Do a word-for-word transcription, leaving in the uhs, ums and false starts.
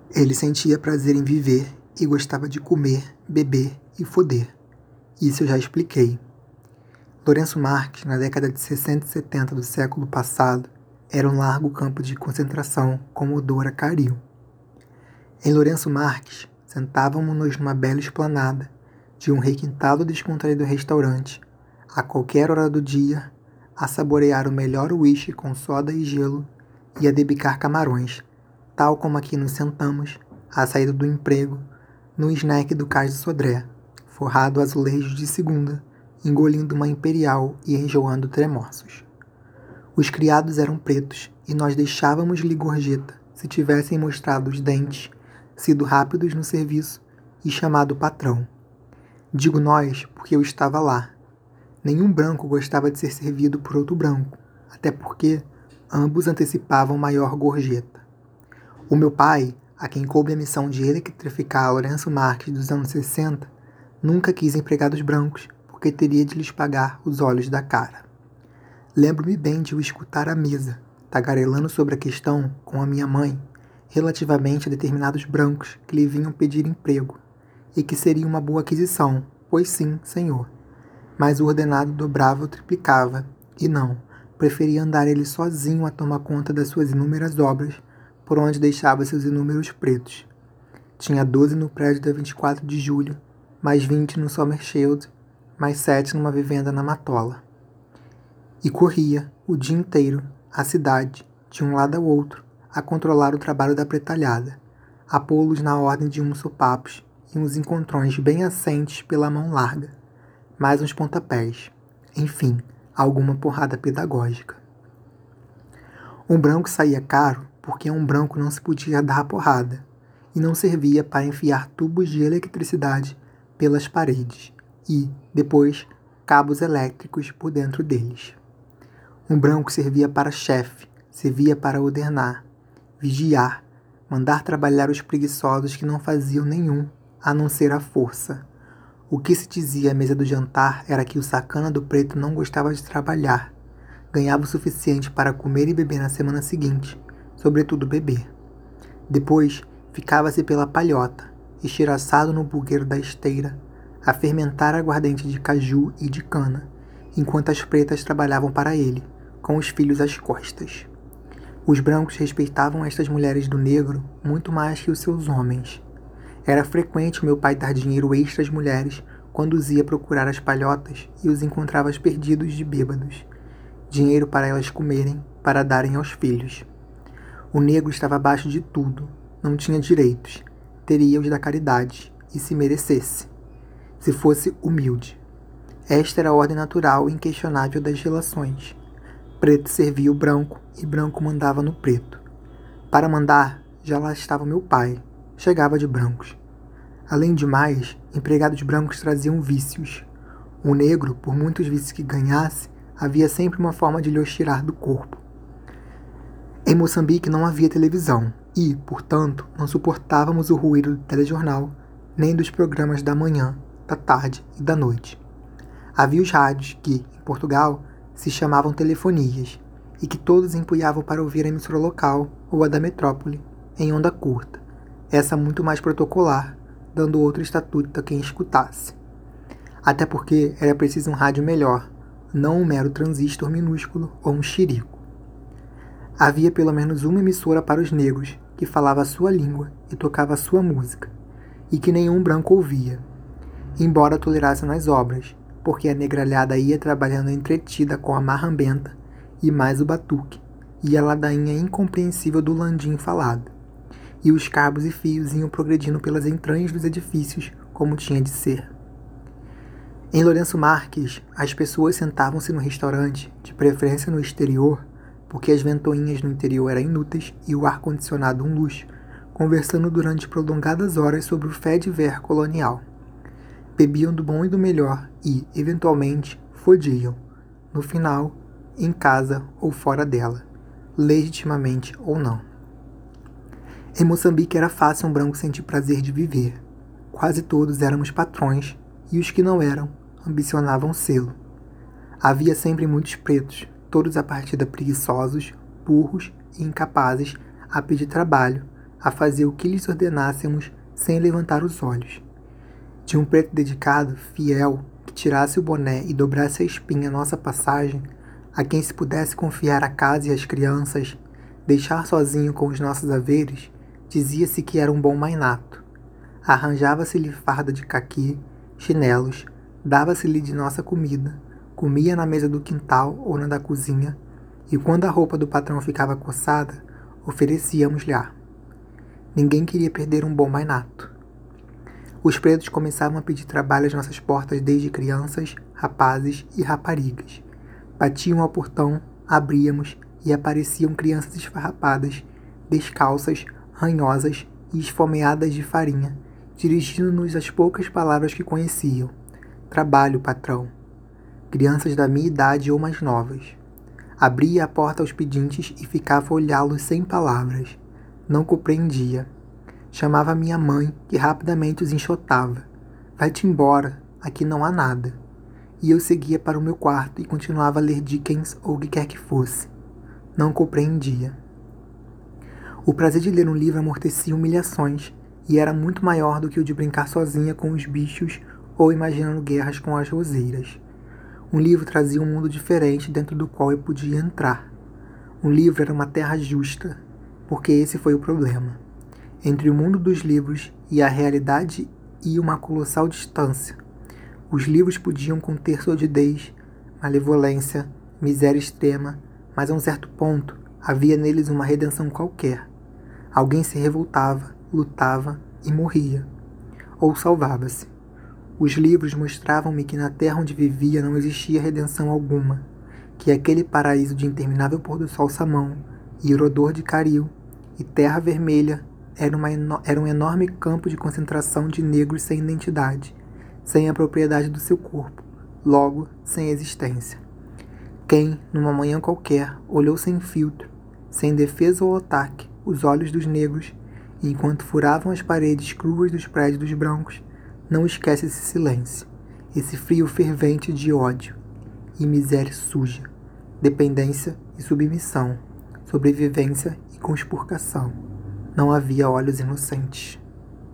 Ele sentia prazer em viver e gostava de comer, beber e foder. Isso eu já expliquei. Lourenço Marques, na década de sessenta e setenta do século passado, era um largo campo de concentração como o Doura Caril. Em Lourenço Marques, sentávamos-nos numa bela esplanada de um requintado e descontraído restaurante, a qualquer hora do dia, a saborear o melhor uísque com soda e gelo e a debicar camarões, tal como aqui nos sentamos, à saída do emprego, no snack do Cais de Sodré, forrado a azulejos de segunda, engolindo uma imperial e enjoando tremoços. Os criados eram pretos e nós deixávamos-lhe gorjeta se tivessem mostrado os dentes, sido rápidos no serviço e chamado patrão. Digo nós porque eu estava lá. Nenhum branco gostava de ser servido por outro branco, até porque ambos antecipavam maior gorjeta. O meu pai, a quem coube a missão de eletrificar Lourenço Marques dos anos sessenta, nunca quis empregados brancos, porque teria de lhes pagar os olhos da cara. Lembro-me bem de o escutar à mesa, tagarelando sobre a questão com a minha mãe, relativamente a determinados brancos que lhe vinham pedir emprego, e que seria uma boa aquisição, pois sim, senhor. Mas o ordenado dobrava ou triplicava, e não, preferia andar ele sozinho a tomar conta das suas inúmeras obras, por onde deixava seus inúmeros pretos. Tinha doze no prédio da vinte e quatro de julho, mais vinte no Sommerfeld, mais sete numa vivenda na Matola. E corria, o dia inteiro, a cidade, de um lado ao outro, a controlar o trabalho da pretalhada, a pô-los na ordem de uns sopapos e uns encontrões bem assentes pela mão larga, mais uns pontapés, enfim, alguma porrada pedagógica. Um branco saía caro porque a um branco não se podia dar porrada, e não servia para enfiar tubos de eletricidade pelas paredes e, depois, cabos elétricos por dentro deles. Um branco servia para chefe, servia para ordenar, vigiar, mandar trabalhar os preguiçosos que não faziam nenhum, a não ser a força. O que se dizia à mesa do jantar era que o sacana do preto não gostava de trabalhar, ganhava o suficiente para comer e beber na semana seguinte, sobretudo beber. Depois, ficava-se pela palhota, estilhaçado no bugueiro da esteira, a fermentar aguardente de caju e de cana, enquanto as pretas trabalhavam para ele, com os filhos às costas. Os brancos respeitavam estas mulheres do negro muito mais que os seus homens. Era frequente o meu pai dar dinheiro extra às mulheres quando os ia procurar as palhotas e os encontrava perdidos de bêbados. Dinheiro para elas comerem, para darem aos filhos. O negro estava abaixo de tudo, não tinha direitos, teria os da caridade, e se merecesse. Se fosse humilde. Esta era a ordem natural e inquestionável das relações. Preto servia o branco e branco mandava no preto. Para mandar, já lá estava meu pai, chegava de brancos. Além de mais, empregados brancos traziam vícios. O negro, por muitos vícios que ganhasse, havia sempre uma forma de lhe os tirar do corpo. Em Moçambique não havia televisão e, portanto, não suportávamos o ruído do telejornal, nem dos programas da manhã, da tarde e da noite. Havia os rádios que, em Portugal, se chamavam telefonias e que todos empunhavam para ouvir a emissora local ou a da metrópole, em onda curta, essa muito mais protocolar, dando outro estatuto a quem escutasse. Até porque era preciso um rádio melhor, não um mero transistor minúsculo ou um xirico. Havia pelo menos uma emissora para os negros, que falava a sua língua e tocava a sua música, e que nenhum branco ouvia, embora tolerasse nas obras, porque a negralhada ia trabalhando entretida com a marrambenta e mais o batuque, e a ladainha incompreensível do landim falado, e os cabos e fios iam progredindo pelas entranhas dos edifícios, como tinha de ser. Em Lourenço Marques, as pessoas sentavam-se no restaurante, de preferência no exterior, porque as ventoinhas no interior eram inúteis e o ar-condicionado um luxo, conversando durante prolongadas horas sobre o fait divers colonial. Bebiam do bom e do melhor e, eventualmente, fodiam, no final, em casa ou fora dela, legitimamente ou não. Em Moçambique era fácil um branco sentir prazer de viver. Quase todos éramos patrões e os que não eram ambicionavam sê-lo. Havia sempre muitos pretos, todos à partida preguiçosos, burros e incapazes a pedir trabalho, a fazer o que lhes ordenássemos sem levantar os olhos. De um preto dedicado, fiel, que tirasse o boné e dobrasse a espinha à nossa passagem, a quem se pudesse confiar a casa e as crianças, deixar sozinho com os nossos haveres, dizia-se que era um bom mainato. Arranjava-se-lhe farda de caqui, chinelos, dava-se-lhe de nossa comida, comia na mesa do quintal ou na da cozinha, e quando a roupa do patrão ficava coçada, oferecíamos-lhe-a. Ninguém queria perder um bom mainato. Os pretos começavam a pedir trabalho às nossas portas desde crianças, rapazes e raparigas. Batiam ao portão, abríamos e apareciam crianças esfarrapadas, descalças, ranhosas e esfomeadas de farinha, dirigindo-nos as poucas palavras que conheciam. Trabalho, patrão. Crianças da minha idade ou mais novas. Abria a porta aos pedintes e ficava a olhá-los sem palavras. Não compreendia. Chamava minha mãe, que rapidamente os enxotava. Vai-te embora, aqui não há nada. E eu seguia para o meu quarto e continuava a ler Dickens ou o que quer que fosse. Não compreendia. O prazer de ler um livro amortecia humilhações e era muito maior do que o de brincar sozinha com os bichos ou imaginando guerras com as roseiras. Um livro trazia um mundo diferente dentro do qual eu podia entrar. Um livro era uma terra justa, porque esse foi o problema. Entre o mundo dos livros e a realidade ia uma colossal distância. Os livros podiam conter sordidez, malevolência, miséria extrema, mas a um certo ponto havia neles uma redenção qualquer. Alguém se revoltava, lutava e morria. Ou salvava-se. Os livros mostravam-me que na terra onde vivia não existia redenção alguma, que aquele paraíso de interminável pôr do sol samão e odor de caril e terra vermelha era, uma era um enorme campo de concentração de negros sem identidade, sem a propriedade do seu corpo, logo sem existência. Quem, numa manhã qualquer, olhou sem filtro, sem defesa ou ataque, os olhos dos negros, e enquanto furavam as paredes cruas dos prédios dos brancos, não esquece esse silêncio, esse frio fervente de ódio e miséria suja, dependência e submissão, sobrevivência e conspurcação. Não havia olhos inocentes.